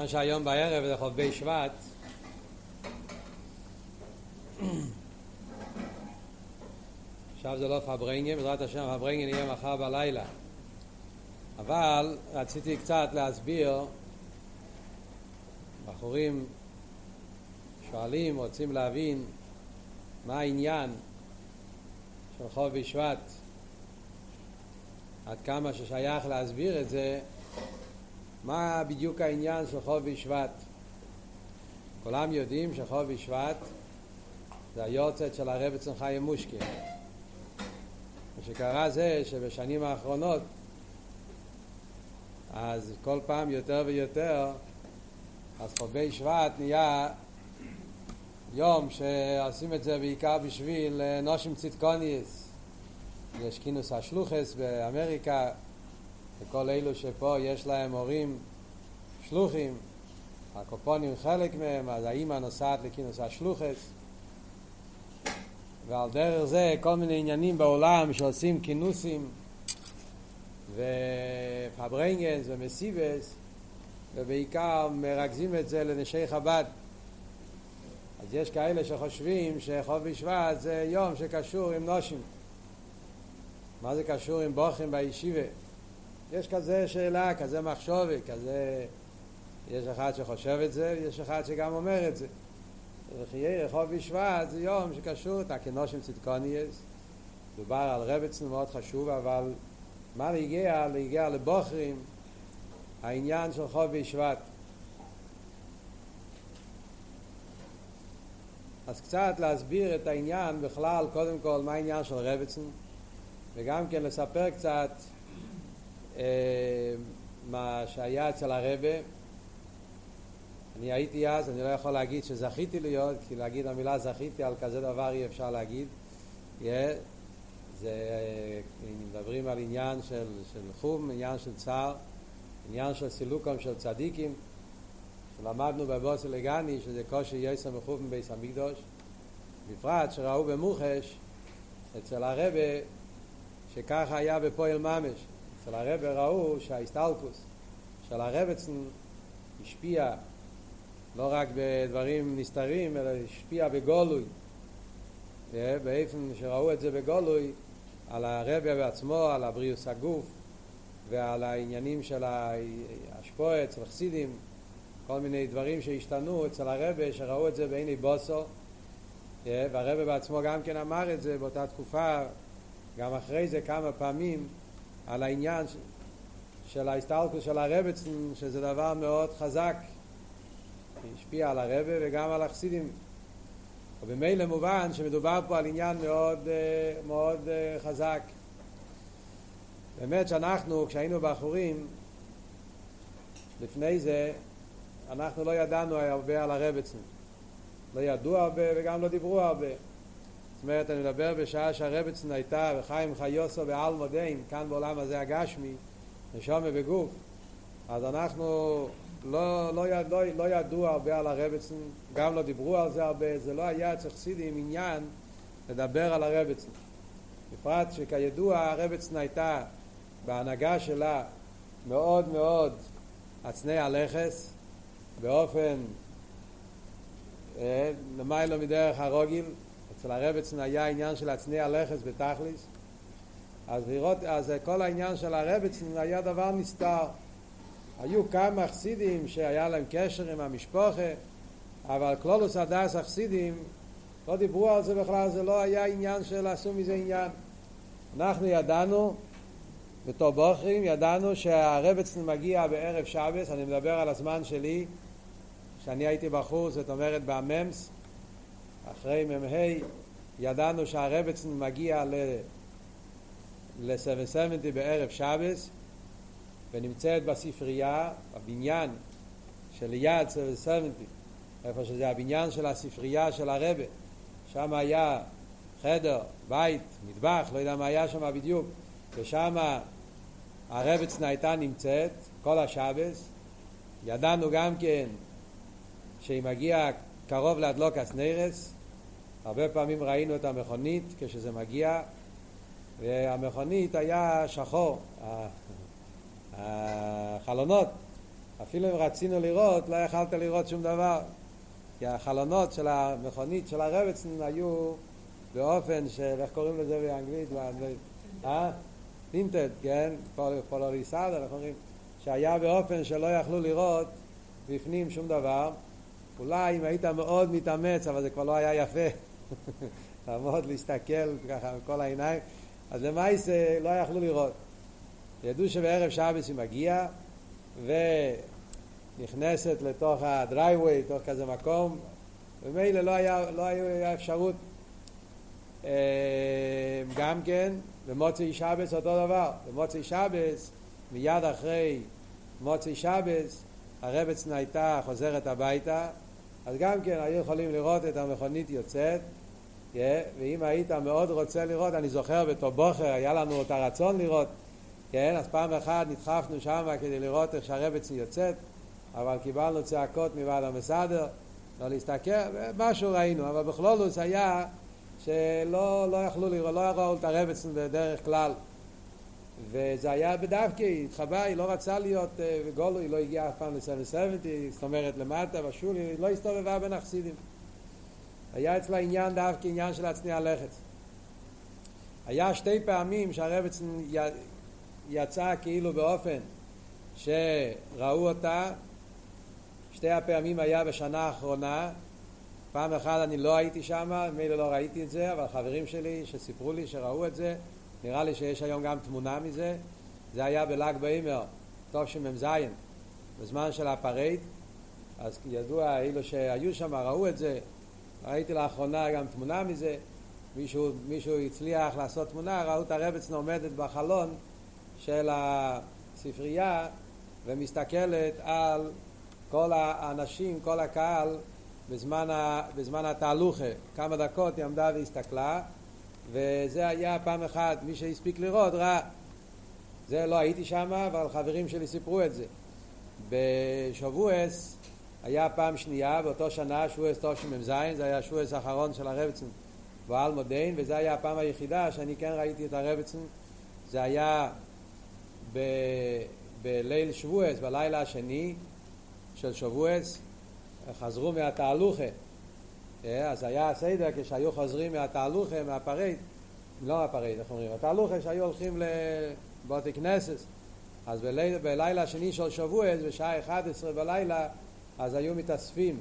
כיוון שהיום בערב זה חוב בי שבט, עכשיו זה לא פברנגן, בעזרת השם פברנגן יהיה מחר בלילה. אבל רציתי קצת להסביר, בחורים שואלים, רוצים להבין מה העניין של חוב בי שבט, עד כמה ששייך להסביר את זה, מה בדיוק העניין של חוב בי שבט. כולם יודעים שחוב בי שבט זה היורצייט של הרב אצל חיים מושקין. מה שקרה זה שבשנים האחרונות אז כל פעם יותר ויותר אז חוב בי שבט נהיה יום שעושים את זה בעיקר בשביל נושים צדקוניס. יש כינוס השלוחס באמריקה, וכל אלו שפה יש להם הורים שלוחים, הקופונים חלק מהם, אז האמא נוסעת לכינוס השלוחס, ועל דרך זה כל מיני עניינים בעולם שעושים כינוסים ופברנגנס ומסיבס, ובעיקר מרכזים את זה לנשי חב"ד. אז יש כאלה שחושבים שחוב בי שבט זה יום שקשור עם נושים. מה זה קשור עם בוחרים בישיבה? יש כזה שאלה, כזה מחשבה, כזה, יש אחד שחושב את זה, יש אחד שגם אומר את זה. וחיי חוב בי שבט זה יום שקשור כנושים צדקוניס. דובר על רב אצלנו מאוד חשוב, אבל מה להגיע לבוחרים העניין של חוב בי שבט. אז קצת להסביר את העניין בכלל, קודם כל מה העניין של רב אצלנו, וגם כן לספר קצת מה שהיה אצל הרבה. אני הייתי אז, אני לא יכול להגיד שזכיתי להיות, כי להגיד המילה זכיתי על כזה דבר אי אפשר להגיד. זה מדברים על עניין של חום, עניין של צער, עניין של סילוקם של צדיקים, שלמדנו בבוסי לגני שזה קושי יסר מחום בייס המקדוש, בפרט שראו במוחש אצל הרבה שככה היה בפועל ממש. אצל הרבה ראו שההסתלקוס של הרבצן השפיע לא רק בדברים נסתרים, אלא השפיע בגולוי, באופן שראו את זה בגולוי על הרבה בעצמו, על הבריאוס הגוף ועל העניינים של ההשפועה אצל חסידים, כל מיני דברים שהשתנו אצל הרבה שראו את זה בעיני בוסו, והרבה בעצמו גם כן אמר את זה באותה תקופה, גם אחרי זה כמה פעמים, על העניין של ההסתלקות של הרבה, שזה דבר מאוד חזק, השפיע על הרבה וגם על החסידים. ובמילא מובן שמדובר פה על עניין מאוד, מאוד חזק. באמת שאנחנו, כשהיינו בחורים, לפני זה, אנחנו לא ידענו הרבה על הרבה. לא ידעו הרבה וגם לא דיברו הרבה. זאת אומרת, אני מדבר בשעה שהרבצן הייתה וחיים חיוסו בעל מודיין, כאן בעולם הזה הגשמי, נשום בגוף, אז אנחנו לא ידעו הרבה על הרבצן, גם לא דיברו על זה הרבה, זה לא היה אצל חסידים עניין לדבר על הרבצן. בפרט שכידוע הרבצן הייתה בהנהגה שלה מאוד מאוד עצני הלכס, באופן למיילו מדרך הרוגיל. אצל הרבצן היה עניין של עצני הלכס בתכליס, אז כל העניין של הרבצן היה דבר נסתר. היו כמה חסידים שהיה להם קשר עם המשפחה, אבל כלולוס הדס החסידים לא דיברו על זה בכלל, זה לא היה עניין של עשו מזה עניין. אנחנו ידענו בתור בוחרים, ידענו שהרבצן מגיע בערב שבס. אני מדבר על הזמן שלי שאני הייתי בחור, זאת אומרת בממס אחרי ממהי, ידענו שהרבצן מגיע ל-770 בערב שבס, ונמצאת בספרייה, הבניין שליד 770, איפה שזה הבניין של הספרייה של הרבה, שם היה חדר, בית, מטבח, לא יודע מה היה שם בדיוק, ושם הרבצן הייתה נמצאת כל השבס. ידענו גם כן שהיא מגיעה קרוב להדלוקת נרס. הרבה פעמים ראינו את המכונית כשזה מגיע, והמכונית היה שחור, החלונות אפילו אם רצינו לראות, לא יכלת לראות שום דבר. כי החלונות של המכונית של הרבצן היו באופן של, איך קוראים לזה באנגלית? טינטד, כן? פולריסדה, אנחנו אומרים, שהיה באופן שלא יכלו לראות בפנים שום דבר. אולי אם היית מאוד מתאמץ, אבל זה כבר לא היה יפה. לעמוד, להסתכל ככה עם כל העיניים. אז למעשה לא יכלו לראות. ידעו שבערב שבת היא מגיעה, ונכנסת לתוך הדרייווי, לתוך כזה מקום, ומילא לא היה אפשרות. גם כן, במוצאי שבת אותו דבר. במוצאי שבת, מיד אחרי מוצאי שבת, הרבצן הייתה חוזרת הביתה, אז גם כן היו יכולים לראות את המכונית יוצאת, ואם היית מאוד רוצה לראות, אני זוכר בתור בוחר, היה לנו את הרצון לראות, כן? אז פעם אחת נדחפנו שם כדי לראות איך שהרבצן יוצאת, אבל קיבלנו צעקות מבעד המסדר, לא להסתכל, משהו ראינו, אבל בכלולוס היה שלא יכלו לראות, לא ראו את הרבצן בדרך כלל, וזה היה בדווקא, התחבא, היא לא רצה להיות גולו, היא לא הגיעה אף פעם ל-770, זאת אומרת למטה, בשול, היא לא הסתובבה בין החסידים. היה אצלה עניין דווקא, עניין של הצניע לחץ. היה שתי פעמים שהרבצן יצא כאילו באופן שראו אותה, שתי הפעמים היה בשנה האחרונה, פעם אחת אני לא הייתי שם, מילא לא ראיתי את זה, אבל חברים שלי שסיפרו לי שראו את זה, נראה לי שיש היום גם תמונה מזה, זה היה בל"ג בעומר, תשמ"ז, בזמן של הפרייד, אז ידוע, אילו שהיו שם ראו את זה, ראיתי לאחרונה גם תמונה מזה, מישהו הצליח לעשות תמונה, ראו את הרבצן עומדת בחלון של הספרייה, ומסתכלת על כל האנשים, כל הקהל, בזמן התהלוכה, כמה דקות היא עמדה והסתכלה, וזה היה פעם אחת, מי שהספיק לראות ראה. זה לא הייתי שם, אבל חברים שלי סיפרו את זה. בשבועס היה פעם שנייה, באותו שנה, שבועס תשמ"ז, זה היה שבועס האחרון של הרבצן בעל מודיעין, וזה היה הפעם היחידה שאני כן ראיתי את הרבצן. זה היה בליל שבועס, בלילה השני של שבועס, חזרו מהתהלוכה. אז היה הסדר כשהיו חוזרים מהתהלוכה, מהפרייד, לא הפרייד, איך אומרים, התהלוכה שהיו הולכים לבתי כנסת, אז בלילה השני של שבוע, בשעה 11 בלילה, אז היו מתאספים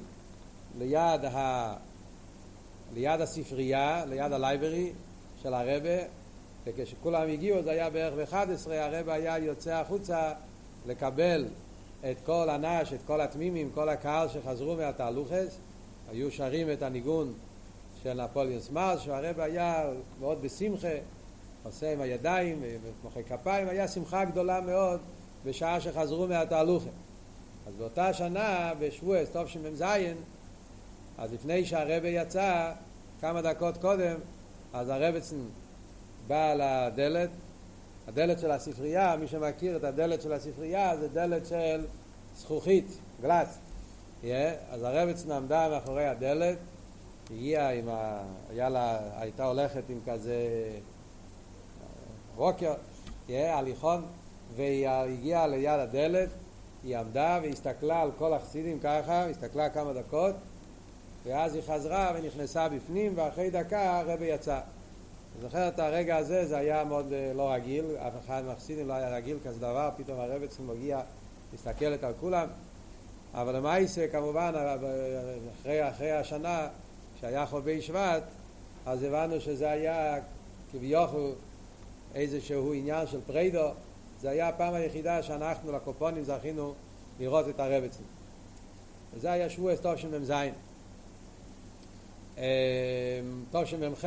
ליד הספרייה, ליד הלייברי של הרבה, וכשכולם הגיעו, זה היה בערך ב-11, הרבה היה יוצא החוצה לקבל את כל אנש, את כל התמימים, כל הקהל שחזרו מהתהלוכס, היו שרים את הניגון של נפוליאון מרש, שהרב היה מאוד בשמחה, עושה עם הידיים, מוחא כפיים, היה שמחה גדולה מאוד בשעה שחזרו מהתהלוכה. אז באותה שנה, בשבועס תשמ"ז, אז לפני שהרב יצא, כמה דקות קודם, אז הרבצן בא לדלת, הדלת של הספרייה, מי שמכיר את הדלת של הספרייה, זה דלת של זכוכית, גלס. אז הרבצן עמדה מאחורי הדלת, הגיעה הייתה הולכת עם כזה רוקר, הליכון, והיא הגיעה ליד הדלת, היא עמדה והסתכלה על כל החסידים ככה, הסתכלה כמה דקות, ואז היא חזרה ונכנסה בפנים, ואחרי דקה הרבי יצא. אני זוכר את הרגע הזה, זה היה מאוד לא רגיל, אף אחד מהחסידים לא היה רגיל כזה דבר, פתאום הרבצן מגיע, מסתכלת על כולם, אבל למעשה כמובן אחרי השנה שהיה חובי שבט, אז הבנו שזה היה כביכול איזשהו עניין של פריידו. זה היה הפעם היחידה שאנחנו לקופונים זכינו לראות את הרבצן, וזה היה שבועס תשמ"ז. תשמ"ח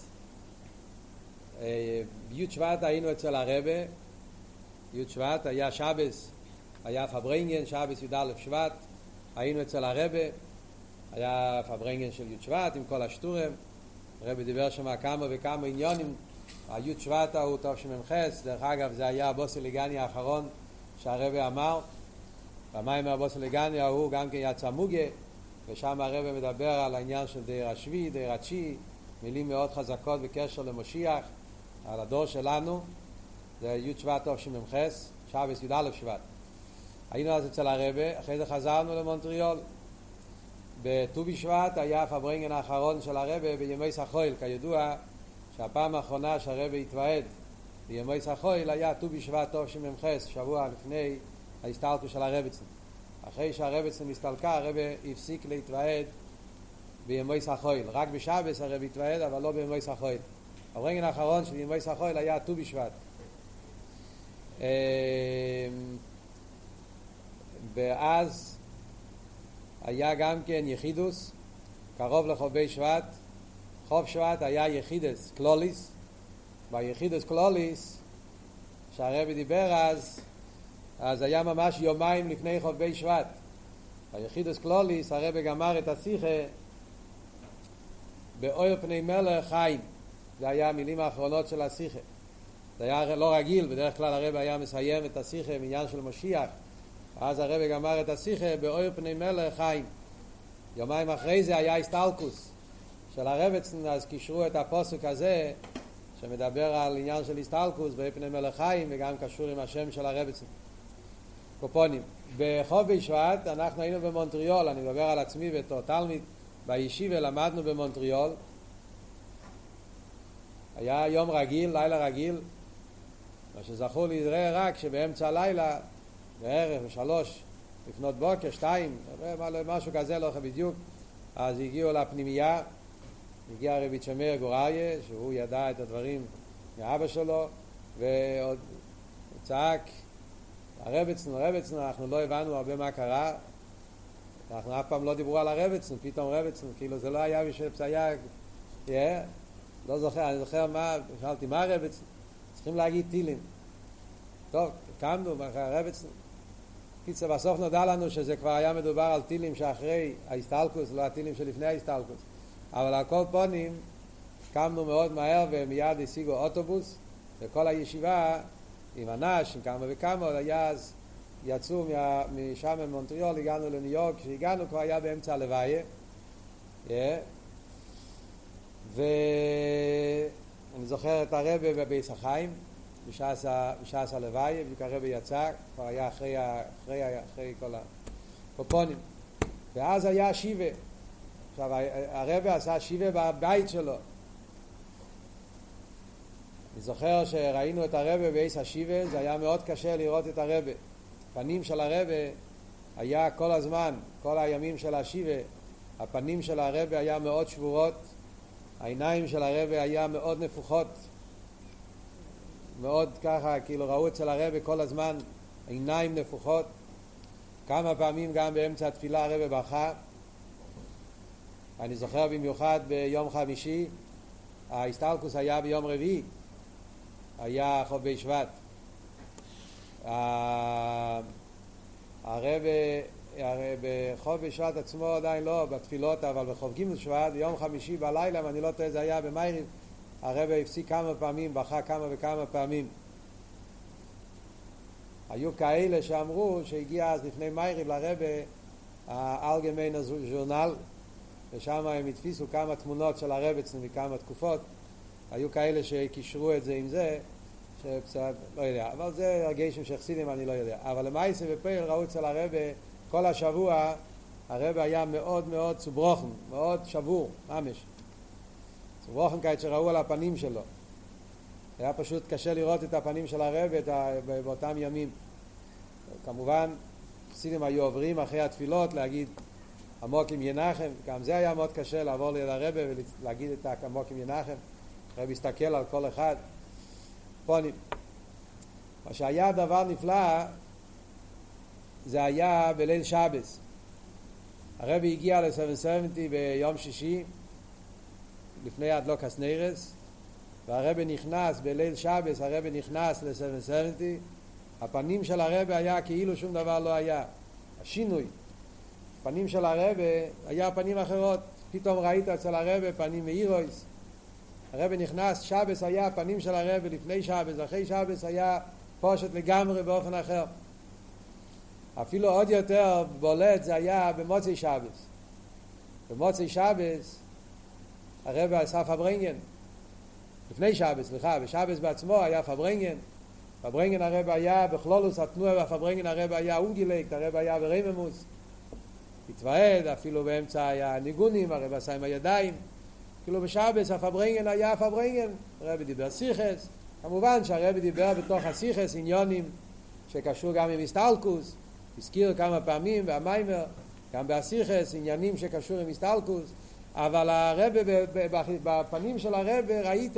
בי' שבט היינו אצל הרבה. י' שבט היה שבס, היה פברנגן, שבס י"א שבט, היינו אצל הרבה, היה פברנגן של י' שבט עם כל השטורם. הרבי דיבר שם כמה וכמה עניונים. הי' שבט הוא תשמ"ח, דרך אגב זה היה הבוס אליגני האחרון שהרבי אמר, במים הבוס אליגני הוא גם כן יצא מוגה, ושם הרבי מדבר על העניין של דיר השבי, דיר התשיעי, מילים מאוד חזקות בקשר למשיח, על הדור שלנו. זה י' שבט תשמ"ח, שבס י"א שבט. היינו אז אצל הרבה, אחרי זה חזרנו למונטריאול. בט"ו בשבט היה הפברנגן האחרון של הרבה בימי סחויל. כידוע שהפעם האחרונה שהרבה התוועד בימי סחויל היה ט"ו בשבט תשמ"ח, שבוע לפני ההסתלקות של הרבצן. אחרי שהרבצן הסתלקה, הרבה הפסיק להתוועד בימי סחויל. רק בשבס הרבה התוועד, אבל לא בימי סחויל. הפברנגן האחרון של ימי סחויל היה ט"ו בשבט. ואז היה גם כן יחידוס קרוב לחובי שבט. חוב שבט היה יחידס קלוליס. ביחידס קלוליס שהרבי דיבר אז היה ממש יומיים לפני חובי שבט. ביחידס קלוליס הרבי גמר את השיחה באור פני מלך חיים. זה היה המילים האחרונות של השיחה. זה היה לא רגיל, בדרך כלל הרבי היה מסיים את השיחה בעניין של משיח. אז הרבי גמר את השיחה באור פני מלך חיים. יומיים אחרי זה היה הסתלקוס של הרבצן, אז קישרו את הפסוק הזה שמדבר על עניין של הסתלקוס באור פני מלך חיים, וגם קשור עם השם של הרבצן. קופונים. בחוב בשבט אנחנו היינו במונטריאול, אני מדבר על עצמי בתור תלמיד בישיבה, למדנו במונטריאול. היה יום רגיל, לילה רגיל, מה שזכור לי יראה רק שבאמצע הלילה בערך 3 לפנות בוקר, 2, משהו כזה, לא בדיוק, אז הגיעו לפנימייה. הגיע הרבי צ'מר גוריה, שהוא ידע את הדברים מאבא שלו, ועוד צעק הרבצנו, אנחנו לא הבנו הרבה מה קרה. אנחנו אף פעם לא דיברו על הרבצנו, פתאום רבצנו, כאילו זה לא היה בשביל פסיה, לא זוכר, אני זוכר מה, שאלתי מה הרבצנו? צריכים להגיד טילים. טוב, קמנו, הרבצנו. קיצר, בסוף נודע לנו שזה כבר היה מדובר על טילים שאחרי ההסתלקוס, לא הטילים שלפני ההסתלקוס. אבל על כל פונים קמנו מאוד מהר ומיד השיגו אוטובוס, וכל הישיבה עם אנש, עם כמה וכמה, היה אז יצאו משם ממונטריאול, הגענו לניו יורק. כשהגענו כבר היה באמצע הלוויה, ואני זוכר את הרבה בבית החיים בשעה הלוויה, בדיוק הרבה יצא, כבר היה אחרי כל הקופונים, ואז היה שיבה. עכשיו הרבה עשה שיבה בבית שלו. אני זוכר שראינו את הרבה בעיס השיבה, זה היה מאוד קשה לראות את הרבה. הפנים של הרבה היה כל הזמן, כל הימים של השיבה, הפנים של הרבה היה מאוד שבורות, העיניים של הרבה היה מאוד נפוחות, מאוד ככה, כאילו ראו אצל הרבה כל הזמן עיניים נפוחות. כמה פעמים גם באמצע התפילה הרבה בכה. אני זוכר במיוחד ביום חמישי, ההסתלקוס היה ביום רביעי, היה חוב בשבט. הרבה בחוב בשבט עצמו עדיין לא בתפילות, אבל בחוב ג' שבט ביום חמישי בלילה, אם אני לא טועה זה היה במייריב, הרבה הפסיק כמה פעמים, בכה כמה וכמה פעמים. היו כאלה שאמרו שהגיע אז לפני מייריב לרבה האלגמיין ז'ורנל, ושם הם התפיסו כמה תמונות של הרבצן מכמה תקופות. היו כאלה שקישרו את זה עם זה, שבצד, לא יודע, אבל זה הרגשים שחסידים, אני לא יודע. אבל למעשה בפועל ראו אצל הרבה כל השבוע, הרבה היה מאוד מאוד צוברוכן, מאוד שבור, ממש. צוברוכן כעת שראו על הפנים שלו. היה פשוט קשה לראות את הפנים של הרבה באותם ימים. כמובן, חסידים היו עוברים אחרי התפילות להגיד עמוק עם ינחם, גם זה היה מאוד קשה לעבור ליד הרבה ולהגיד את עמוק עם ינחם. הרב הסתכל על כל אחד. פונים. מה שהיה דבר נפלא, זה היה בליל שבס. הרב הגיע ל-770 ביום שישי, לפני הדלוקס ניירס, והרב נכנס בליל שבס, הרב נכנס ל-770, הפנים של הרב היה כאילו שום דבר לא היה. השינוי. הפנים של הרב היה פנים אחרות. פתאום ראית אצל הרב פנים מאירויס. הרב נכנס, שבס היה הפנים של הרב לפני שבס, אחרי שבס היה פושט לגמרי באופן אחר. אפילו עוד יותר בולט זה היה במוצאי שבס. במוצאי שבס הרב עשה פברנגן. לפני שבס, בשבס בעצמו היה פברנגן. פברנגן הרב היה בכלולוס התנועה והפברנגן הרב היה אונגילקט, הרב היה ברממוס, התוועד, אפילו באמצע היה ניגונים, הרב עשה עם הידיים, כאילו בשבס הפברנגן היה פברנגן, הרב דיבר סיכס, כמובן שהרב דיבר בתוך הסיכס עניונים שקשור גם עם הסטלקוס, הזכיר כמה פעמים והמיימר, גם בסיכס עניינים שקשור עם הסטלקוס, אבל הרב בפנים של הרב ראית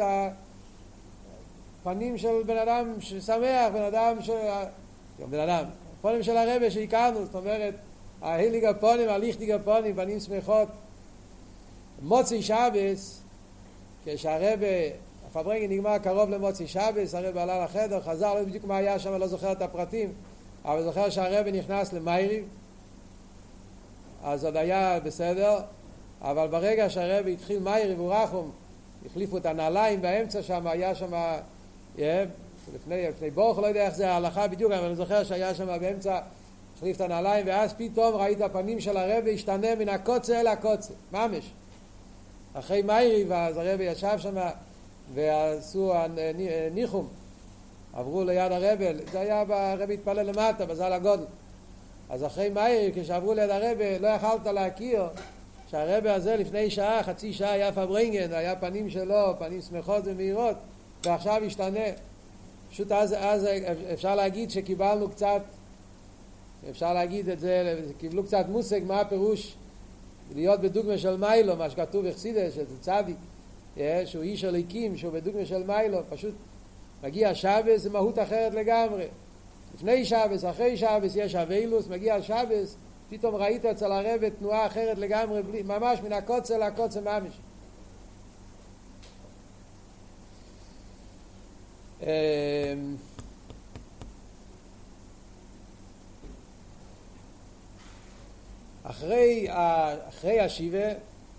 פנים של בן אדם ששמח, בן אדם, פנים של הרב שהכרנו, זאת אומרת, ההיליג הפונים, הליכטיג הפונים, פנים שמחות. מוצאי שבס, כשהרב, הפברנגן נגמר קרוב למוצאי שבס, הרב עלה לחדר, חזר, לא בדיוק מה היה שם, לא זוכר את הפרטים, אבל זוכר שהרב נכנס למייריב, אז עוד היה בסדר, אבל ברגע שהרב התחיל מייריב ורחום, החליפו את הנעליים באמצע שם, היה שם, לפני בורח, לא יודע איך זה ההלכה בדיוק, אבל אני זוכר שהיה שם באמצע, החליף את הנעליים, ואז פתאום ראית הפנים של הרב השתנה מן הקוצה אל הקוצה, ממש. אחרי מייריב, אז הרב ישב שם, ועשו ניחום, עברו ליד הרב, זה היה הרב התפלל למטה, בזל הגודל. אז אחרי מייריב, כשעברו ליד הרב, לא יכלת להכיר, שהרב הזה לפני שעה, חצי שעה היה פברנגן, היה פנים שלו, פנים שמחות ומהירות, ועכשיו השתנה. פשוט אז אפשר להגיד שקיבלנו קצת, אפשר להגיד את זה, קיבלו קצת מושג מה הפירוש להיות בדוגמה של מיילו, מה שכתוב בחסידות, שזה צדיק, שהוא איש הליקים, שהוא בדוגמה של מיילו, פשוט מגיע שבס, זה מהות אחרת לגמרי. לפני שבס, אחרי שבס יש אבילוס, מגיע שבס, פתאום ראית אצל הרב תנועה אחרת לגמרי, ממש מן הקוצה לקוצה ממש. אחרי השיבה,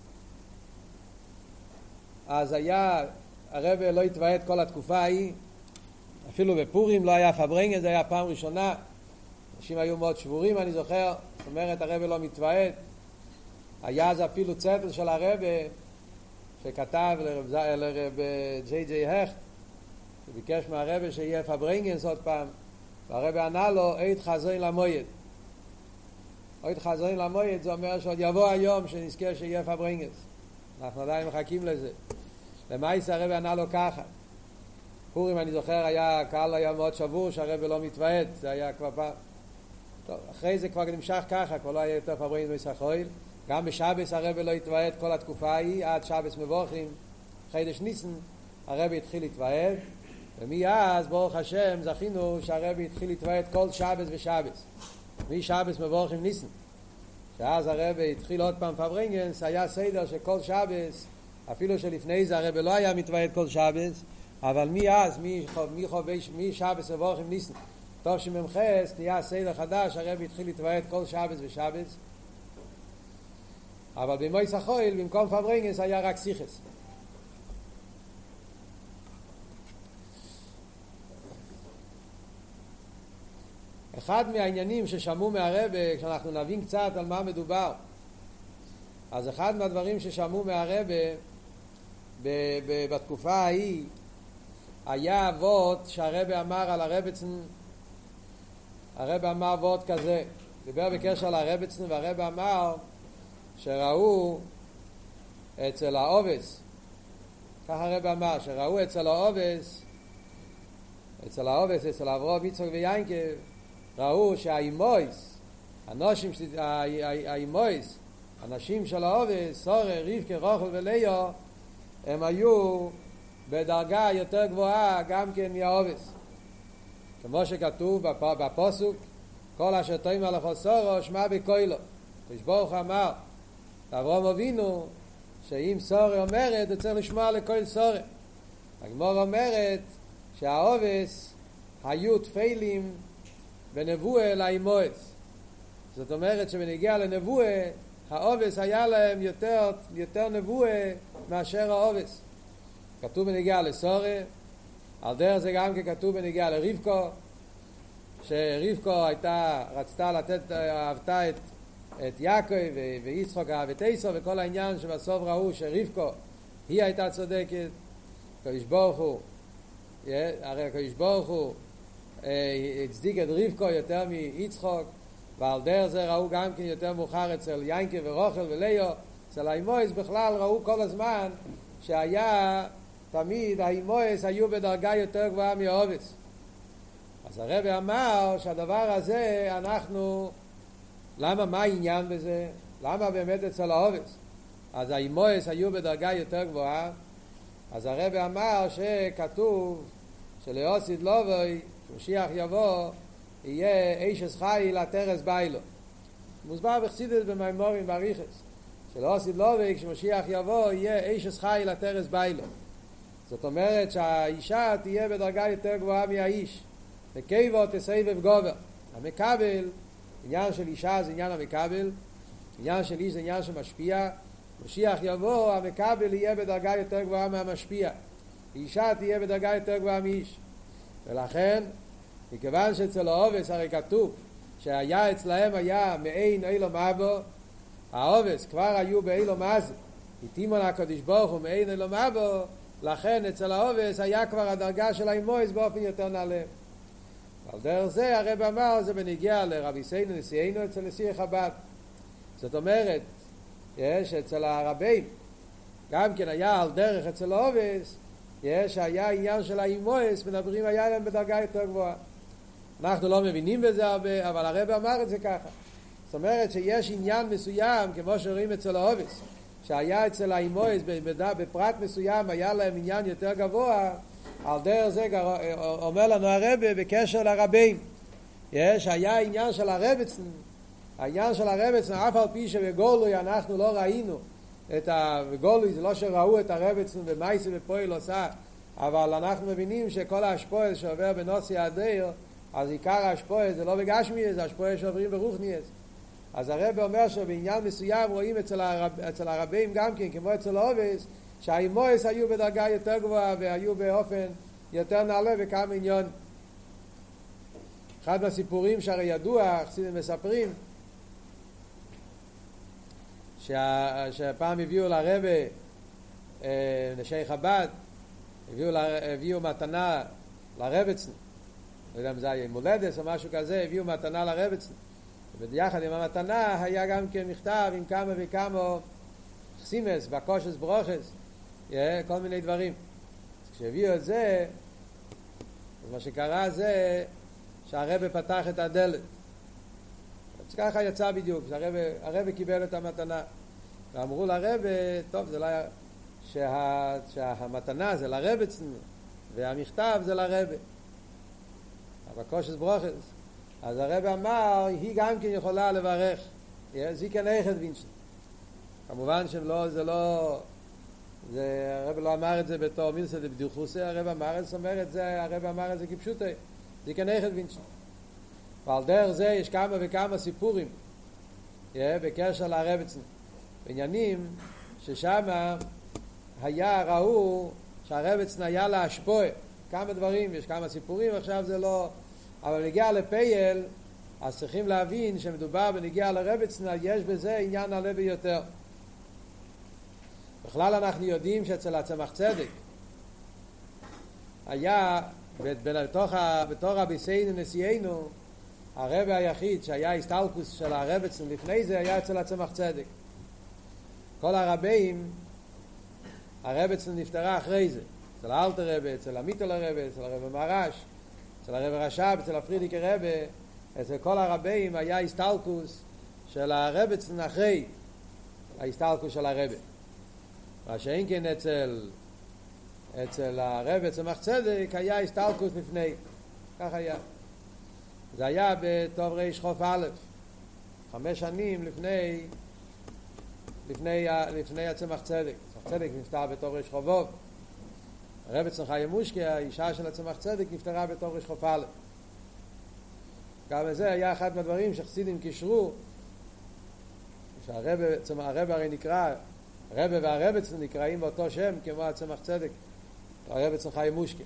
אז היה, הרב לא התוועד כל התקופה ההיא, אפילו בפורים לא היה פברנגן, זה היה פעם ראשונה, אנשים היו מאוד שבורים, אני זוכר, זאת אומרת, הרב לא מתוועד. היה אז אפילו צטל של הרב שכתב לרב ג'יי הכט, שביקש מהרב שיהיה פברנגן עוד פעם, והרב ענה לו, עד חזון למויד. עד חזון למויד זה אומר שעוד יבוא היום שנזכר שיהיה פברנגן. אנחנו עדיין מחכים לזה. למעשה הרב ענה לו ככה. פורים אני זוכר, הקהל היה מאוד שבור שהרב לא מתוועד, זה היה כבר פעם. טוב, אחרי זה כבר נמשך ככה, כבר לא היה יותר פברנגן מסחויל. גם בשבס הרב לא התוועד כל התקופה ההיא, עד שבס מבורכים, חידש ניסן, הרב התחיל להתוועד, ומאז ברוך השם זכינו שהרב התחיל להתוועד כל שבס ושבס. משבס מבורכים ניסן. שאז הרב התחיל עוד פעם פברנגן, היה סדר שכל שבס, אפילו שלפני זה הרב לא היה מתוועד כל שבס, אבל מאז, משבס מבורכים ניסן, טוב שממחס, נהיה סדר חדש, הרב התחיל להתוועד כל שבס ושבס, אבל במויס החויל, במקום פברנגן, היה רק סיכס. אחד מהעניינים ששמעו מהרב, כשאנחנו נבין קצת על מה מדובר, אז אחד מהדברים ששמעו מהרב בתקופה ההיא, היה אבות שהרב אמר על הרבצן, הרב אמר אבות כזה, דיבר בקשר לרבצן, והרב אמר שראו אצל האובס, ככה הרב אמר, שראו אצל האובס, אצל אברהם, יצחק ויעקב, ראו שהאימויס, הנשים של האובס, שורה, רבקה, רחל וליה, הם היו בדרגה יותר גבוהה גם כן מהאובס. כמו שכתוב בפסוק, כל אשר תאמר לך שורה, שמע בקולו. ברוך אמר לאברהם אבינו שאם שורה אומרת, הוא צריך לשמוע לכל שורה. הגמרא אומרת שהאובס היו תפלים בנבואה לאימויס. זאת אומרת שבנגיע לנבואה, האובס היה להם יותר נבואה מאשר האובס. כתוב בנגיע לסורה, על דרך זה גם כתוב בנגיע לרבקו, שרבקו רצתה לתת, אהבתה את יעקב ויצחק אהב את עשו, וכל העניין שבסוף ראו שרבקו היא הייתה צודקת. הקדוש ברוך הוא, הרי הקדוש ברוך הוא הצדיק את רבקו יותר מיצחוק, ועל דרך זה ראו גם כן יותר מאוחר אצל יינקה ורוכל ולאו. אצל האימויס בכלל ראו כל הזמן שהיה תמיד האימויס היו בדרגה יותר גבוהה מהאובס. אז הרב אמר שהדבר הזה אנחנו, מה העניין בזה? למה באמת אצל האובס אז האימויס היו בדרגה יותר גבוהה? אז הרב אמר שכתוב שליוסיד לובוי כשמשיח יבוא יהיה אישס חי לתרס ביילו. מוסבר בחסידות במימורים בריחס שלאוסיד לובוי כשמשיח יבוא יהיה אישס חי לתרס ביילו. זאת אומרת שהאישה תהיה בדרגה יותר גבוהה מהאיש. וקיבו תסייבב גובר. המקבל, עניין של אישה זה עניין המקבל, עניין של איש זה עניין שמשפיע. משיח יבוא, המקבל יהיה בדרגה יותר גבוהה מהמשפיע. אישה תהיה בדרגה יותר גבוהה מאיש. ולכן, מכיוון שאצל האובס הרי כתוב שהיה אצלהם היה מעין אילו מבו, האובס כבר היו באילו מזה, התימון הקדוש ברוך הוא מעין אילו מבו, לכן אצל האובס היה כבר הדרגה של האימויס באופן יותר נעלה. על דרך זה הרב אמר זה בנגיע לרבי סיינו נשיאנו אצל נשיא חב"ד. זאת אומרת יש אצל הרבים גם כן היה על דרך אצל האובס יש היה עניין של האימויס מדברים היה להם בדרגה יותר גבוהה. אנחנו לא מבינים בזה הרבה אבל הרב אמר את זה ככה. זאת אומרת שיש עניין מסוים כמו שרואים אצל האובס שהיה אצל האימויס בפרט מסוים היה להם עניין יותר גבוה. על דרך זה אומר לנו הרב בקשר לרבים יש היה עניין של הרבצן, העניין של הרבצן אף על פי שבגולוי אנחנו לא ראינו את בגולוי זה לא שראו את הרבצן ומייסי ופועל עושה אבל אנחנו מבינים שכל ההשפועה שעובר בנוסי הדיר אז עיקר ההשפועה זה לא בגשמי זה השפועה שעוברים ברוחניאס. אז הרב אומר שבעניין מסוים רואים אצל הרבים גם כן כמו אצל האובס שהאימויס היו בדרגה יותר גבוהה והיו באופן יותר נעלה בכמה עניון. אחד מהסיפורים שהרי ידוע, חסידים מספרים שפעם הביאו לרבי נשי חב"ד הביאו מתנה לרבצן, לא יודע אם זה היה מולדס או משהו כזה, הביאו מתנה לרבצן וביחד עם המתנה היה גם כן מכתב עם כמה וכמה חסימס, בקושס ברוכס כל מיני דברים. כשהביאו את זה מה שקרה זה שהרבא פתח את הדלת אז ככה יצא בדיוק שהרבא קיבל את המתנה ואמרו לרבא טוב זה לא היה שהמתנה זה לרבא והמכתב זה לרבא בקושס ברוכס. אז הרבא אמר היא גם כן יכולה לברך זי כן איכת וינשן. כמובן שזה לא הרב לא אמר את זה בתור מילסא דבדיחוסא, הרב אמר את זה, הרב אמר את זה כפשוטו, זה כנכד וינשן. ועל דרך זה יש כמה וכמה סיפורים בקשר לרבצן, בעניינים ששם היה ראו שהרבצן היה להשפוע כמה דברים, יש כמה סיפורים, עכשיו זה לא, אבל נגיע לפייל אז צריכים להבין שמדובר בנגיע לרבצן, יש בזה עניין עלה ביותר. בכלל אנחנו יודעים שאצל הצמח צדק היה בתור רבי סיינו נשיאנו הרבי היחיד שהיה הסתלקוס של הרבצן לפני זה היה אצל הצמח צדק. כל הרבים הרבצן נפטרה אחרי זה אצל האלטר רבי, אצל המיטל הרבי, אצל הרבי מרש, אצל הרבי רשב, אצל הפרידיק הרבי, אצל כל הרבים היה הסתלקוס של הרבצן אחרי ההסתלקוס של הרבי. מה שאין כן אצל הרב צמח צדק היה הסתלקוס לפני, כך היה. זה היה בטוב ריש חוף א' 5 שנים לפני הצמח צדק. צמח צדק נפטר בטוב ריש חוף א'. הרב צמח ימושקי, האישה של הצמח צדק, נפטרה בטוב ריש חוף א'. גם זה היה אחד מהדברים שחסידים קישרו, שהרב הרי נקרא הרב והרבצן נקראים באותו שם כמו הצמח צדק, הרבצן חיים מושקי.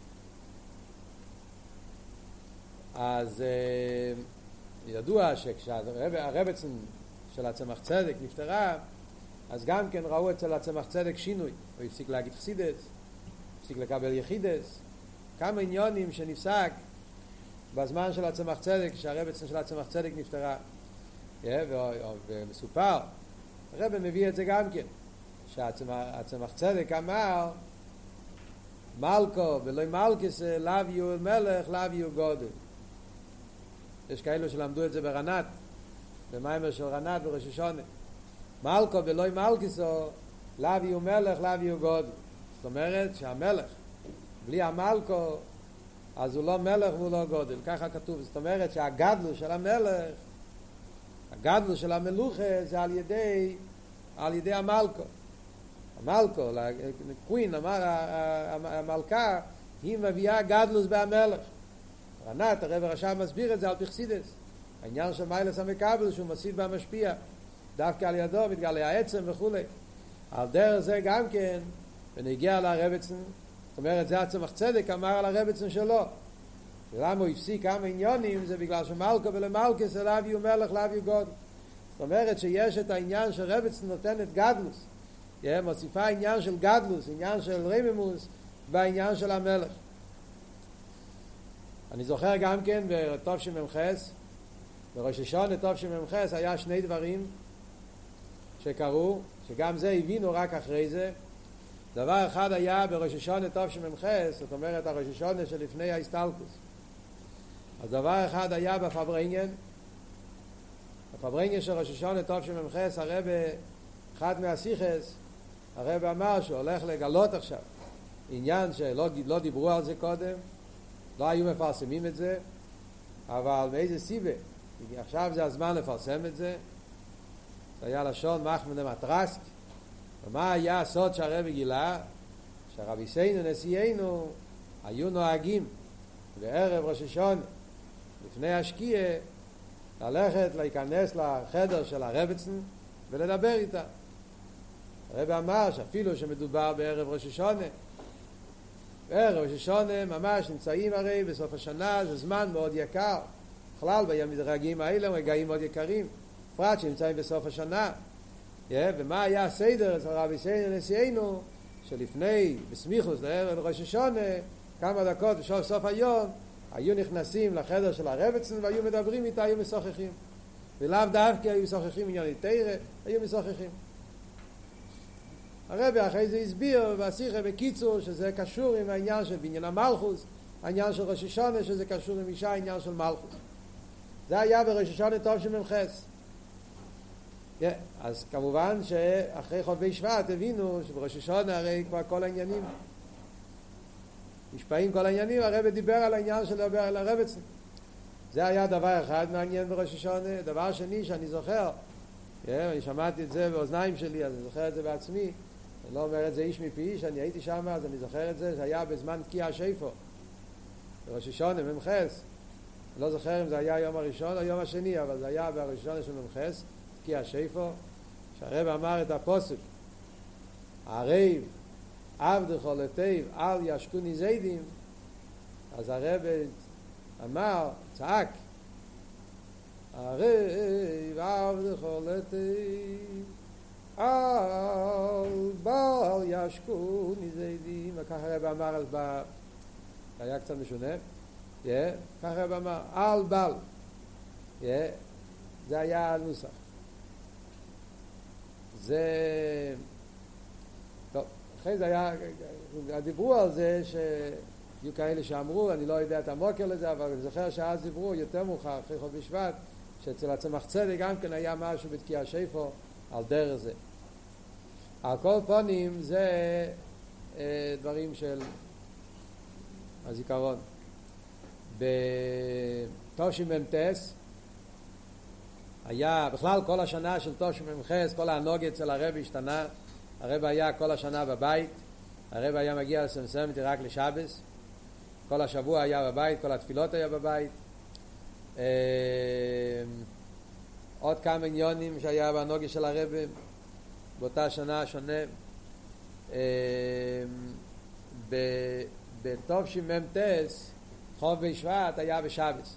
אז ידוע שכשהרבצן של הצמח צדק נפטרה אז גם כן ראו אצל הצמח צדק שינוי, הוא הפסיק להגיד חסידס, הפסיק לקבל יחידס, כמה עניונים שנפסק בזמן של הצמח צדק, כשהרבצן של הצמח צדק נפטרה. ומסופר, הרב מביא את זה גם כן, שהצמח צדק אמר, מלכו ולא מלכס לאו יהיו מלך, לאו יהיו גודל. יש כאלו שלמדו את זה ברנת, במיימר של רנת בראש השונה. מלכו ולא מלכסו, לאו יהיו מלך, לאו יהיו גודל. זאת אומרת שהמלך, בלי המלכו, אז הוא לא מלך והוא לא גודל. ככה כתוב. זאת אומרת שהגדלו של המלך, הגדלו של המלוכה, זה על ידי המלכו. המלכו, קווין, המלכה, היא מביאה גדלוס בהמלך. רנת, הרב הרש"ב מסביר את זה על פרסידס. העניין של מיילס המקבל, שהוא מוסיף והמשפיע. דווקא על ידו מתגלה העצם וכו'. על דרך זה גם כן, ונגיע לרבצן, זאת אומרת, זה הצמח צדק אמר על הרבצן שלו. ולמה הוא הפסיק כמה עניונים, זה בגלל שמלכו ולמלכס לאו יהיו מלך, לאו יהיו גודל. זאת אומרת שיש את העניין של רבצן נותן את גדלוס. מוסיפה עניין של גדלוס, עניין של רמימוס, בעניין של המלך. אני זוכר גם כן בתשמ"ח, בראש השונה תשמ"ח היה שני דברים שקרו, שגם זה הבינו רק אחרי זה. דבר אחד היה בראש השונה תשמ"ח, זאת אומרת הראש השונה שלפני ההסתלקוס. אז דבר אחד היה בפברנגן של ראש השונה תשמ"ח, הרב אחד מהשיחס, הרב אמר שהוא הולך לגלות עכשיו עניין שלא דיברו על זה קודם, לא היו מפרסמים את זה, אבל מאיזה סיבה? עכשיו זה הזמן לפרסם את זה. זה היה לשון מחמד מטרסק. ומה היה הסוד שהרב גילה? שהרבי סיינו נשיאנו היו נוהגים בערב ראש השונה לפני השקיעה ללכת להיכנס לחדר של הרבצן ולדבר איתה. הרב אמר שאפילו שמדובר בערב ראש השונה, בערב ראש השונה ממש נמצאים הרי בסוף השנה, זה זמן מאוד יקר. בכלל בימים האלה הם רגעים מאוד יקרים, בפרט שנמצאים בסוף השנה. ומה היה הסדר אצל רבי סיינו נשיאנו? שלפני, בסמיכוס לערב ראש השונה, כמה דקות בסוף היום, היו נכנסים לחדר של הרבצן והיו מדברים איתה, היו משוחחים. ולאו דווקא היו משוחחים ענייני תורה, היו משוחחים. הרבי אחרי זה הסביר בשיחה בקיצור שזה קשור עם העניין של בניין המלכוס, העניין של ראש השונה שזה קשור עם אישה, העניין של מלכוס. זה היה בראש השונה תשמ"ח. אז כמובן שאחרי חודש שבט הבינו שבראש השונה הרי כבר כל העניינים משפעים, כל העניינים. הרבי דיבר על העניין של הרבצן. זה היה דבר אחד מעניין בראש השונה. דבר שני שאני זוכר, אני שמעתי את זה באוזניים שלי, אז אני זוכר את זה בעצמי, אני לא אומר את זה איש מפי איש, אני הייתי שם אז אני זוכר את זה, זה היה בזמן תקיע השפו בראש השונה ממחס. אני לא זוכר אם זה היה היום הראשון או יום השני, אבל זה היה בראש השונה של ממחס, תקיע השפו, שהרב אמר את הפוסק הרב עבדך לטייב אל ישכוני זידים. אז הרב אמר, צעק, הרב עבדך לטייב אל בל ישכוני זידים. וכך הרב אמר, אז היה קצת משונה, כך הרב אמר, אל בל, זה היה הנוסח. זה טוב, אחרי זה היה, דיברו על זה שהיו כאלה שאמרו, אני לא יודע את המוקר לזה, אבל אני זוכר שאז דיברו יותר מאוחר, אחרי חודש שבט, שאצל הצמח צדק גם כן היה משהו בתקיע השפו על דרך זה. על כל פונים זה דברים של הזיכרון. בתשמ"ט היה, בכלל כל השנה של תשמ"ח, כל הנוגע אצל הרב השתנה. הרב היה כל השנה בבית, הרב היה מגיע לסמסמתי רק לשבס, כל השבוע היה בבית, כל התפילות היה בבית. עוד כמה עניונים שהיה בנוגע של הרב באותה שנה שונה. בתשמ"ט חוב בשבט היה בשבס,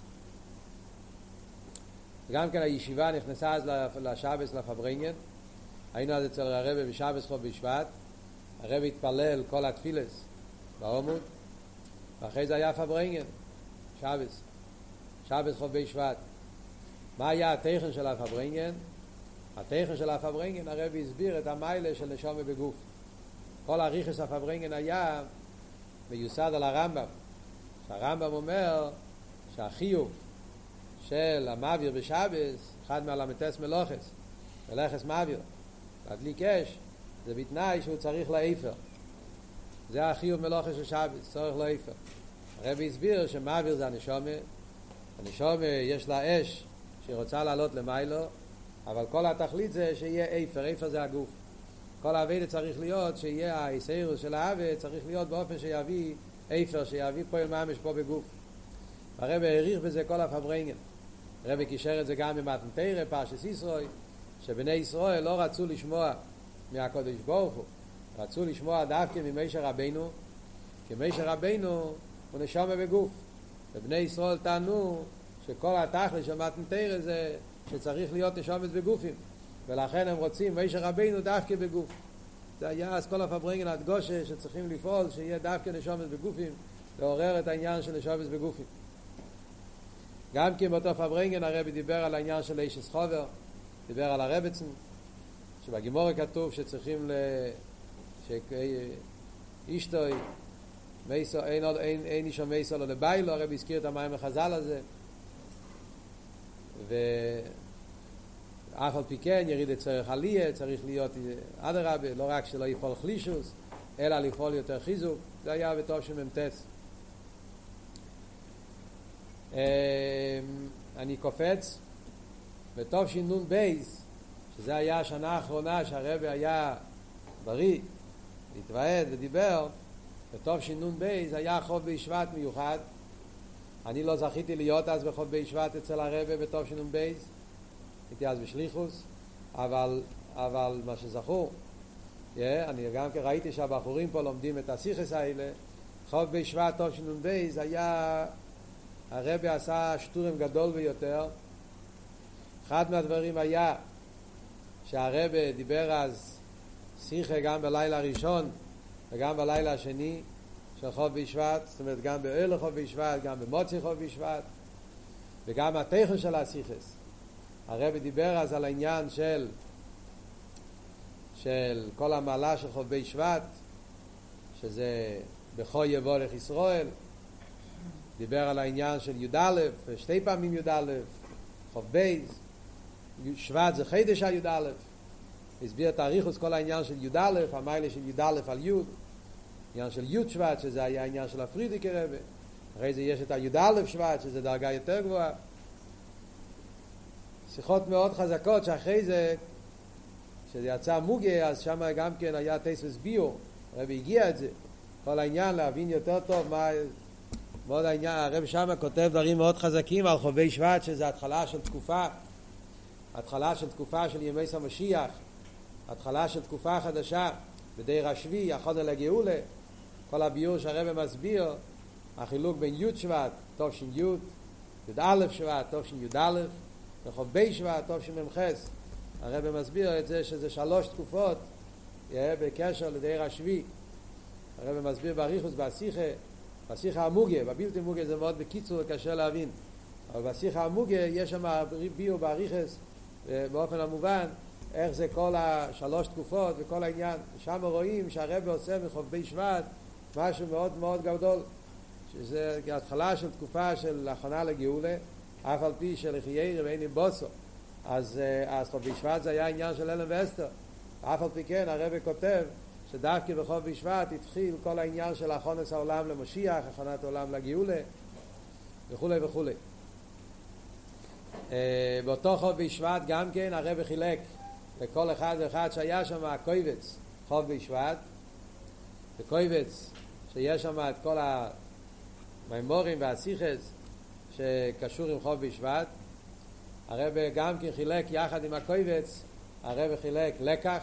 גם כן הישיבה נכנסה אז לשבס לפברנגן. היינו אז אצל הרב בשבס חוב בשבט, הרב התפלל כל התפילס בעומוד, ואחרי זה היה פברנגן שבס. שבת חוב בי שבט. מה היה התכן של הפברנגן? התכן של הפברנגן, הרבי הסביר את המיילה של נשמה בגוף. כל הריחס הפברנגן היה מיוסד על הרמב"ם. שהרמב"ם אומר שהחיוב של המעביר בשבס, אחד מהלמתס מלוכס, מלאכס מעביר, להדליק אש, זה בתנאי שהוא צריך לאיפר. זה החיוב מלוכס של שבס, צריך לאיפר. הרבי הסביר שמעביר זה הנשמה, הנשמה יש לה אש שהיא רוצה לעלות למיילו, אבל כל התכלית זה שיהיה איפר, איפר זה הגוף. כל העבודה צריך להיות שיהיה האיסאירוס של העבד, צריך להיות באופן שיביא איפר, שיביא פועל ממש פה בגוף. הרבי העריך בזה כל הפברנגן. הרבי קישר את זה גם במתן תורה, פרשת ישראל, שבני ישראל לא רצו לשמוע מהקדוש ברוך הוא, רצו לשמוע דווקא ממשה רבינו, כי משה רבינו הוא נשמה בגוף. ובני ישראל טענו שכל התכלית של מתן תורה זה שצריך להיות נשמת בגופים, ולכן הם רוצים משה רבינו דווקא בגוף. זה היה אז כל הפברנגן הדגושה שצריכים לפעול שיהיה דווקא נשמת בגופים, לעורר את העניין של נשמת בגופים. גם כי באותו פברנגן הרבי דיבר על העניין של איש חובר, דיבר על הרבצן, שבגימורה כתוב שצריכים שאישתוי אין אישו מייסו לו לביילו. הרבי הזכיר את המים החז"ל הזה, ואף על פי כן יריד את צריך עלייה, צריך להיות אדרבה, לא רק שלא יפעול חלישוס אלא לפעול יותר חיזוק. זה היה בטוב שממתס. אני קופץ בטוב שינון בייס, שזה היה השנה האחרונה שהרבי היה בריא, התוועד ודיבר. בטוב שינון בייס היה חוב בישבט מיוחד. אני לא זכיתי להיות אז בחוב בישבט אצל הרבי בטוב שינון בייס, הייתי אז בשליחוס, אבל מה שזכור, אני גם ראיתי שהבחורים פה לומדים את השיחס האלה. חוב בישבט טוב שינון בייס היה, הרבי עשה שטורם גדול ביותר. אחד מהדברים היה שהרבי דיבר אז שיחה גם בלילה הראשון וגם בלילה השני של חוב בישבט, זאת אומרת גם באוהל חוב בישבט, גם במוצאי חוב בישבט, וגם התכן של השיחס. הרבי דיבר אז על העניין של כל המעלה של חוב בישבט, שזה בכל יבורך ישראל. דיבר על העניין של י"א, שתי פעמים י"א, חוב בייס, שבט זה חידש הי"א. הסביר את האריכוס כל העניין של י"א, המיילה של י"א על י', העניין של י' שבט, שזה היה העניין של הפרידיקי רבי. אחרי זה יש את הי"א שבט, שזה דרגה יותר גבוהה. שיחות מאוד חזקות שאחרי זה, כשזה יצא מוגה, אז שם גם כן היה תסוס ביו, הרבי הגיע את זה, כל העניין להבין יותר טוב מה... מאוד העניין, הרב שם כותב דברים מאוד חזקים על חובי שבט, שזה התחלה של תקופה של ימי המשיח, התחלה של תקופה חדשה, בדיר השבי, החודל הגאולה. כל הביור שהרב מסביר, החילוק בין י' שבט, טוב שין י', י' שבט, טוב שין י', וחובי שבט, טוב שין ממחס. הרב מסביר את זה שזה 3 תקופות, בקשר לדיר השבי. הרב מסביר באריכוס, בשיחה המוגה, בבלתי מוגה זה מאוד בקיצור וקשה להבין, אבל בשיחה המוגה יש שם ביור באריכוס באופן המובן איך זה כל 3 תקופות וכל העניין. שם רואים שהרבי עושה מחובי שבט משהו מאוד מאוד גדול, שזה התחלה של תקופה של הכנה לגאולה, אף על פי שלחיירי ואין בוסו, אז חובי שבט זה היה עניין של אלם ואסתר. אף על פי כן הרבי כותב שדווקא בחוב בשבט התחיל כל העניין של הכנת העולם למשיח, הכנת העולם לגאולה וכו' וכו'. באותו חוב בשבט גם כן הרבי חילק לכל אחד ואחד שהיה שם הקויבץ חוב בשבט, וקויבץ שיש שם את כל המימורים והשיחס שקשור עם חוב בשבט. הרבי גם כן חילק יחד עם הקויבץ, הרבי חילק לקח,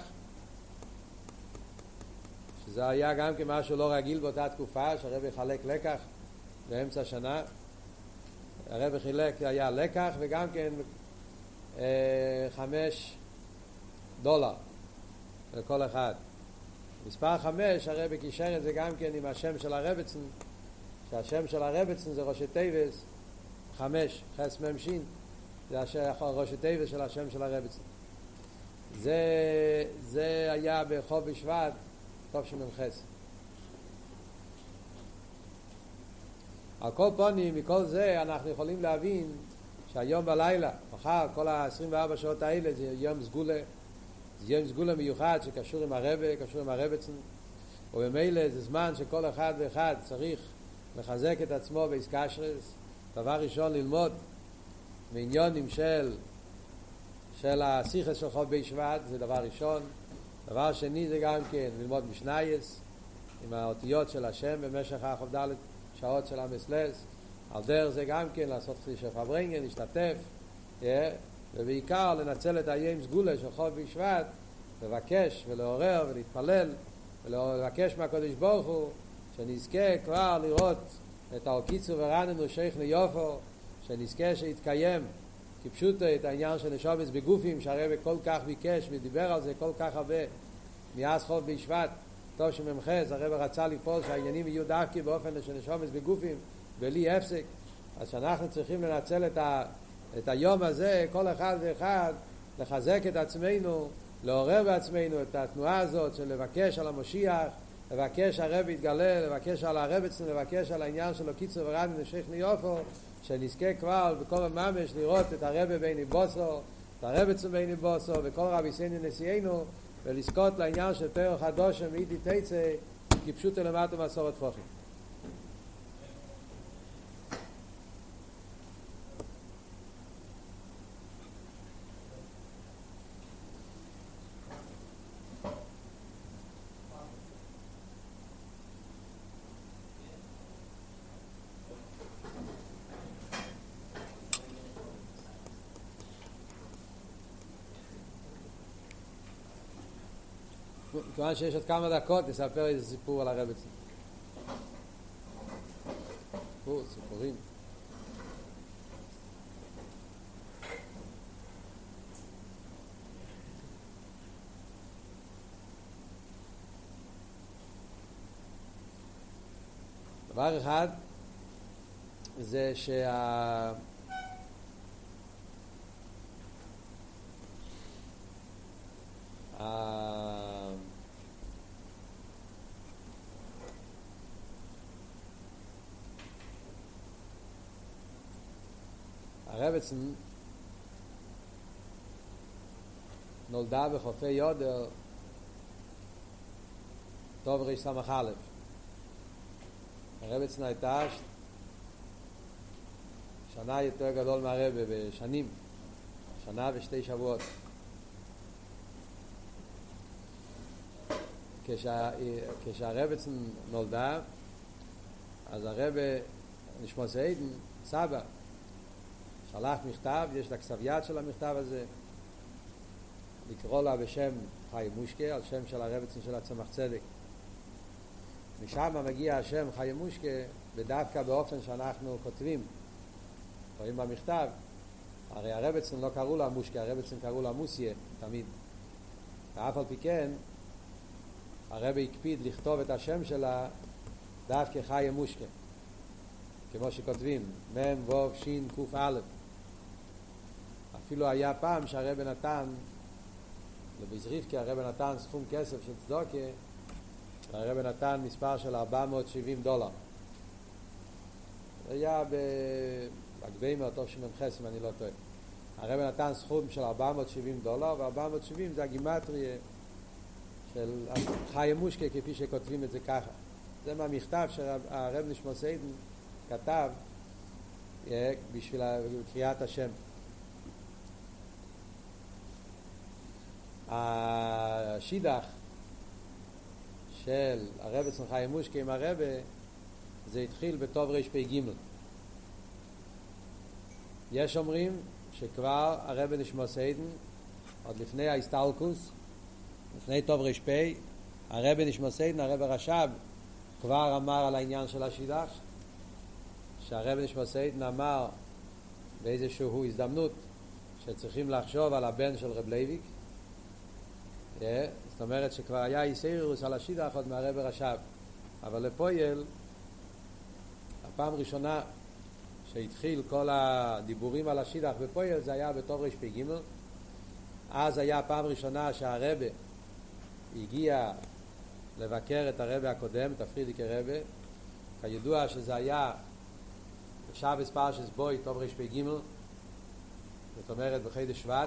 שזה היה גם כמשהו לא רגיל באותה תקופה, שהרבי חילק לקח באמצע השנה. הרבי חילק היה לקח וגם כן $5 לכל אחד. מספר 5 הרבי קישר את זה גם כן עם השם של הרבצן, שהשם של הרבצן זה ראשי תיבס 5, חס מם שין, זה ראש התיבה של השם של הרב. זה היה בחוב בשבט, טוב שממחס. על כל פונים, מכל זה אנחנו יכולים להבין שהיום בלילה, מחר, כל ה-24 שעות האלה זה יום סגולה, זה יום סגולה מיוחד שקשור עם הרבה, קשור עם הרבצן, ובמילא זה זמן שכל אחד ואחד צריך לחזק את עצמו באיסקשרס. דבר ראשון ללמוד מעניונים של השיחה של חוב בשבט, זה דבר ראשון. דבר שני זה גם כן ללמוד משנייס עם האותיות של השם במשך החוב ד' שעות של המסלס. על דרך זה גם כן לעשות חישב פברנגן, להשתתף, ובעיקר לנצל את היום סגולה של חוב בשבט, לבקש ולעורר ולהתפלל ולבקש מהקדוש ברוך הוא שנזכה כבר לראות את האוקיצו ורננו שייכנו יופו, שנזכה שיתקיים כפשוטו את העניין של נשומץ בגופים שהרבא כל כך ביקש ודיבר על זה כל כך הרבה מאז חוב בשבט טוב שממחס. הרבא רצה לפעול שהעניינים יהיו דווקא באופן של נשומץ בגופים בלי הפסק. אז שאנחנו צריכים לנצל את היום הזה כל אחד ואחד לחזק את עצמנו, לעורר בעצמנו את התנועה הזאת של לבקש על המשיח, לבקש הרב יתגלה, לבקש על הרבצן, לבקש על העניין שלו קיצור ורדן ושייכנו יופו, שנזכה כבר בכל ממש לראות את הרב ביני בוסו, את הרבצן ביני בוסו וכל רבי סייני נשיאנו, ולזכות לעניין של פרח חדושם ואיתי תצא כפשוט למטה מסורת פוחים. כיוון שיש עוד כמה דקות נספר איזה סיפור על הרב אצלי. סיפורים. דבר אחד זה הרבצן נולדה בחופי יודר טוב ריש סמך א'. הרבצן הייתה שנה יותר גדול מהרבא בשנים, שנה ושתי שבועות. כשהרבצן נולדה, אז הרבא נשמוס עידן, סבא, שלח מכתב, יש את הכתב יד של המכתב הזה, לקרוא לה בשם חי מושקה, על שם של הרבצן של הצמח צדק. משם מגיע השם חי מושקה בדווקא באופן שאנחנו כותבים. רואים במכתב, הרי הרבצן לא קראו לה מושקה, הרבצן קראו לה מוסיה תמיד. ואף על פי כן, הרבא הקפיד לכתוב את השם שלה דווקא חי מושקה. כמו שכותבים, מם ווב שין קוף א'. אפילו היה פעם שהרבא נתן, לבזריף כי הרבא נתן סכום כסף של צדוקה, והרבא נתן מספר של $470. היה בהגבי טוב שממחס אם אני לא טועה. הרבא נתן סכום של $470, ו$470 זה הגימטריה של חי מושקה כפי שכותבים את זה ככה. זה מהמכתב שהרב נשמוס עידן כתב בשביל קריאת השם. השידך של הרב אצל חי מושקה עם הרב זה התחיל בטוב רש פי ג'. יש אומרים שכבר הרב נשמוס עידן עוד לפני ההסתלקוס, לפני טוב רש פי, הרב נשמוס עידן, הרב רש"ב כבר אמר על העניין של השידך, שהרב נשמוס עידן אמר באיזשהו הזדמנות שצריכים לחשוב על הבן של רב לייביק. זאת אומרת שכבר היה איסיירוס על השידך עוד מהרב רש"ב, אבל לפועל הפעם ראשונה שהתחיל כל הדיבורים על השידך בפועל, זה היה בתור רפ"ג. אז היה פעם ראשונה שהרבא הגיע לבקר את הרבא הקודם, את הפרידיקי רבא. כידוע שזה היה בשבס פרשס בוי, טוב רפ"ג, זאת אומרת בחודש שבט,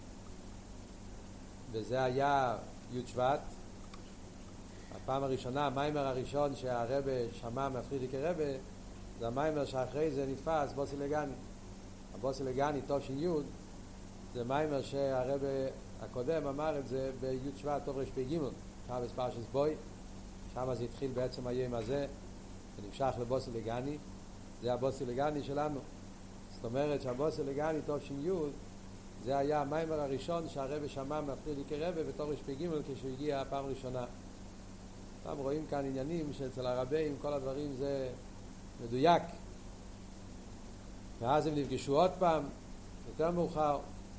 וזה היה י' שבט. הפעם הראשונה, המיימר הראשון שהרבא שמע מהפרידיקי רבא, זה המיימר שאחרי זה נתפס בוסי לגני. הבוסי לגני תש"י זה מיימר שהרבא הקודם אמר את זה בי' שבט טוב רפ"ג, שבס פרשס בוי. שם זה התחיל בעצם היום הזה ונמשך לבוסי לגני. זה הבוסי לגני שלנו. זאת אומרת שהבוסי לגני תש"י זה היה המיימר הראשון שהרבא שמע מהפרידיקי רבא בתור רפ"ג כשהוא הגיע הפעם ראשונה. פעם רואים כאן עניינים שאצל הרבים כל הדברים זה מדויק, ואז הם נפגשו עוד פעם יותר מאוחר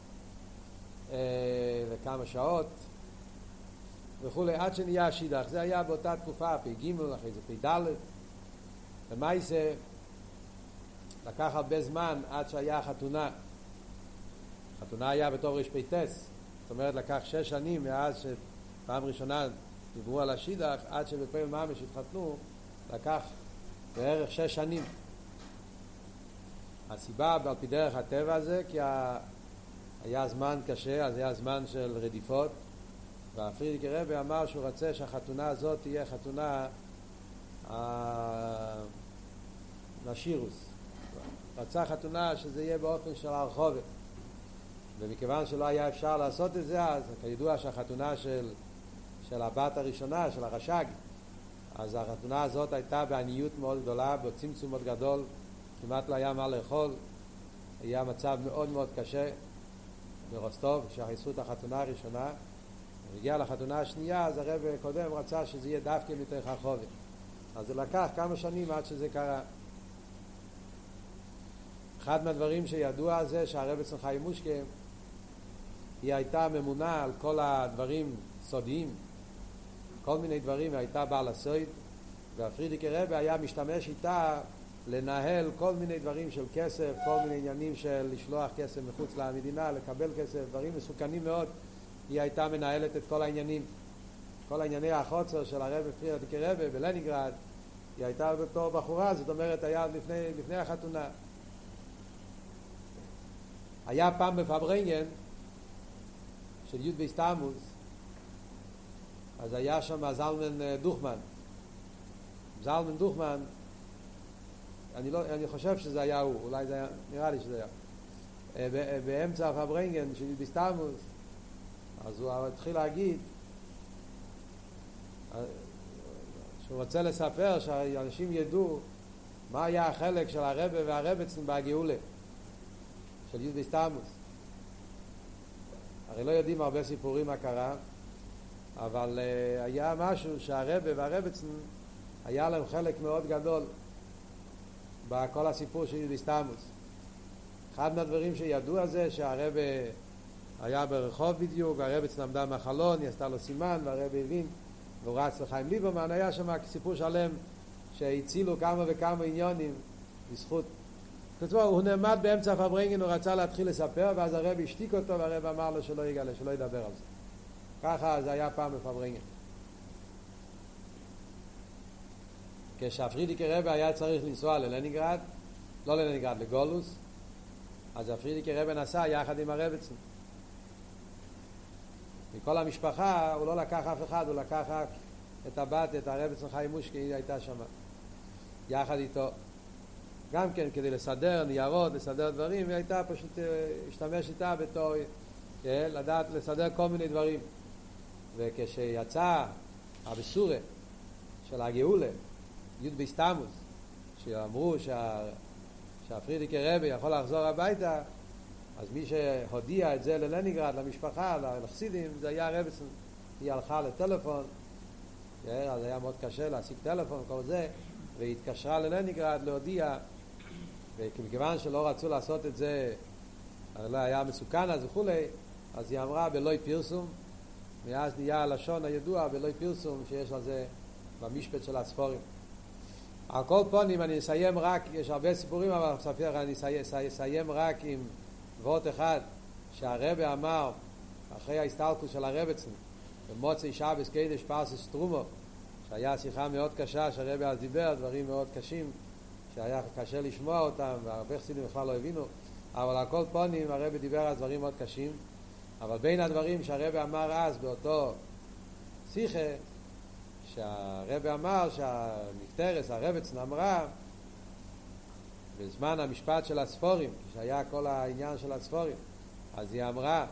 לכמה שעות וכולי, עד שנהיה השידך. זה היה באותה תקופה, פ"ג, אחרי זה פ"ד. למעשה לקח הרבה זמן עד שהיה חתונה. חתונה היה בתור רפ"ט, זאת אומרת לקח 6 שנים מאז שפעם ראשונה דיברו על השידך עד שבפועל ממש התחתנו, לקח בערך 6 שנים. הסיבה על פי דרך הטבע זה כי היה זמן קשה, אז היה זמן של רדיפות, והפרידיקי רבא אמר שהוא רוצה שהחתונה הזאת תהיה חתונה נשירוס. רצה חתונה שזה יהיה באופן של הרחובה, ומכיוון שלא היה אפשר לעשות את זה אז, כידוע שהחתונה של הבת הראשונה, של הרש"ג, אז החתונה הזאת הייתה בעניות מאוד גדולה, בצמצום מאוד גדול, כמעט לא היה מה לאכול, היה מצב מאוד מאוד קשה ברוסטוב, כשעשו את החתונה הראשונה. והגיע לחתונה השנייה, אז הרב קודם רצה שזה יהיה דווקא מתוך הרחובה. אז זה לקח כמה שנים עד שזה קרה. אחד מהדברים שידוע זה שהרב אצל חיים מושקה, היא הייתה ממונה על כל הדברים סודיים, כל מיני דברים, היא הייתה בעל הסוד, והפרידיקי רבא היה משתמש איתה לנהל כל מיני דברים של כסף, כל מיני עניינים של לשלוח כסף מחוץ למדינה, לקבל כסף, דברים מסוכנים מאוד. היא הייתה מנהלת את כל העניינים, כל הענייני החוצר של הרב פרידיקי רבא בלנינגרד. היא הייתה בתור בחורה, זאת אומרת היה לפני החתונה. היה פעם בפברנגן של י' בתמוז, אז היה שם זלמן דוכמן. זלמן דוכמן, אני חושב שזה היה הוא, אולי זה היה, נראה לי שזה היה. באמצע הפברנגן של י' בתמוז, אז הוא התחיל להגיד שהוא רוצה לספר שאנשים ידעו מה היה החלק של הרבא והרבצן בגאולה של י' בתמוז. הרי לא יודעים הרבה סיפורים מה קרה, אבל היה משהו שהרבא והרבצן היה להם חלק מאוד גדול בכל הסיפור של י' בתמוז. אחד מהדברים שידוע זה שהרבא היה ברחוב בדיוק, והרבצן עמדה מהחלון, היא עשתה לו סימן והרבא הבין והוא רץ לחיים ליברמן. היה שם סיפור שלם שהצילו כמה וכמה עניונים בזכות. כתוב, הוא נעמד באמצע הפברנגן, הוא רצה להתחיל לספר, ואז הרב השתיק אותו, והרב אמר לו שלא יגלה, שלא ידבר על זה. ככה זה היה פעם בפברנגן. כשהפרידיקי רבא היה צריך לנסוע ללנינגרד, לא ללנינגרד, לגולוס, אז הפרידיקי רבא נסע יחד עם הרבצן. מכל המשפחה הוא לא לקח אף אחד, הוא לקח רק את הבת, את הרבצן חיים מושקה, היא הייתה שם יחד איתו. גם כן כדי לסדר ניירות, לסדר דברים, היא הייתה פשוט השתמש איתה בתור לדעת לסדר כל מיני דברים. וכשיצא הבשורה של הגאולה, י' בתמוז, שאמרו שהפרידיקי רבא יכול לחזור הביתה, אז מי שהודיע את זה ללנינגרד, למשפחה, לחסידים, זה היה הרבצן. היא הלכה לטלפון, אז היה מאוד קשה להשיג טלפון, כל זה, והיא התקשרה ללנינגרד להודיע, וכיוון שלא רצו לעשות את זה, לא היה מסוכן אז וכולי, אז היא אמרה בלוי פרסום, מאז נהיה הלשון הידוע בלוי פרסום שיש על זה במשפט של הספורים. על כל פונים אני אסיים רק, יש הרבה סיפורים, אבל אני אסיים רק עם וורט אחד שהרבא אמר אחרי ההסתלקות של הרבצן במוצאי שבס קדש פרסס טרומו, שהיה שיחה מאוד קשה שהרבא אז דיבר דברים מאוד קשים שהיה קשה לשמוע אותם והרבה חסידים בכלל לא הבינו, אבל על כל פונים הרבא דיבר על דברים מאוד קשים. אבל בין הדברים שהרבא אמר אז באותו שיחה, שהרבא אמר שהנפטרס הרבצן אמרה בזמן המשפט של הספורים, כשהיה כל העניין של הספורים, אז היא אמרה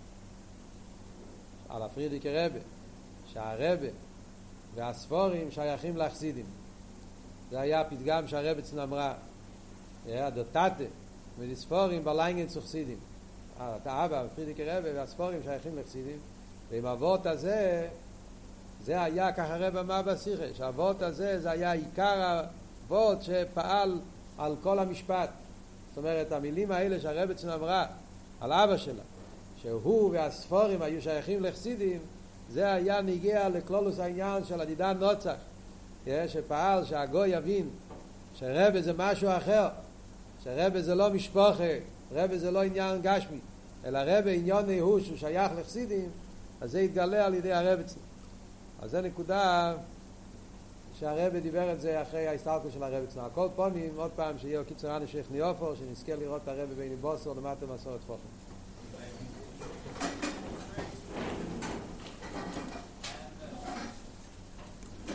על הפרידיקי רבא שהרבא והספורים שייכים לחסידים. זה היה הפתגם שהרבצן אמרה, הדוטטה ולספורים בליינגן צו חסידים. האבא, פרידיקי רבא והספורים שייכים לחסידים. ועם אבות הזה, זה היה ככה רבא אמר בשיחה, שהאבות הזה זה היה עיקר אבות שפעל על כל המשפט. זאת אומרת, המילים האלה שהרבצן אמרה על אבא שלה, שהוא והספורים היו שייכים לחסידים, זה היה נגיע לכלולוס העניין של עדידן נוצח, שפעל שהגוי יבין שרבא זה משהו אחר, שרבא זה לא משפחה, רבא זה לא עניין גשמי, אלא רבא עניין הוא שהוא שייך לחסידים, אז זה יתגלה על ידי הרבצן. אז זה נקודה שהרבא דיבר את זה אחרי ההסתלקות של הרבצן. על כל פונים, עוד פעם שיהיה קיצור אנשי חניופו, שנזכה לראות את הרבא בני בוסר למטה מסורת פוחם.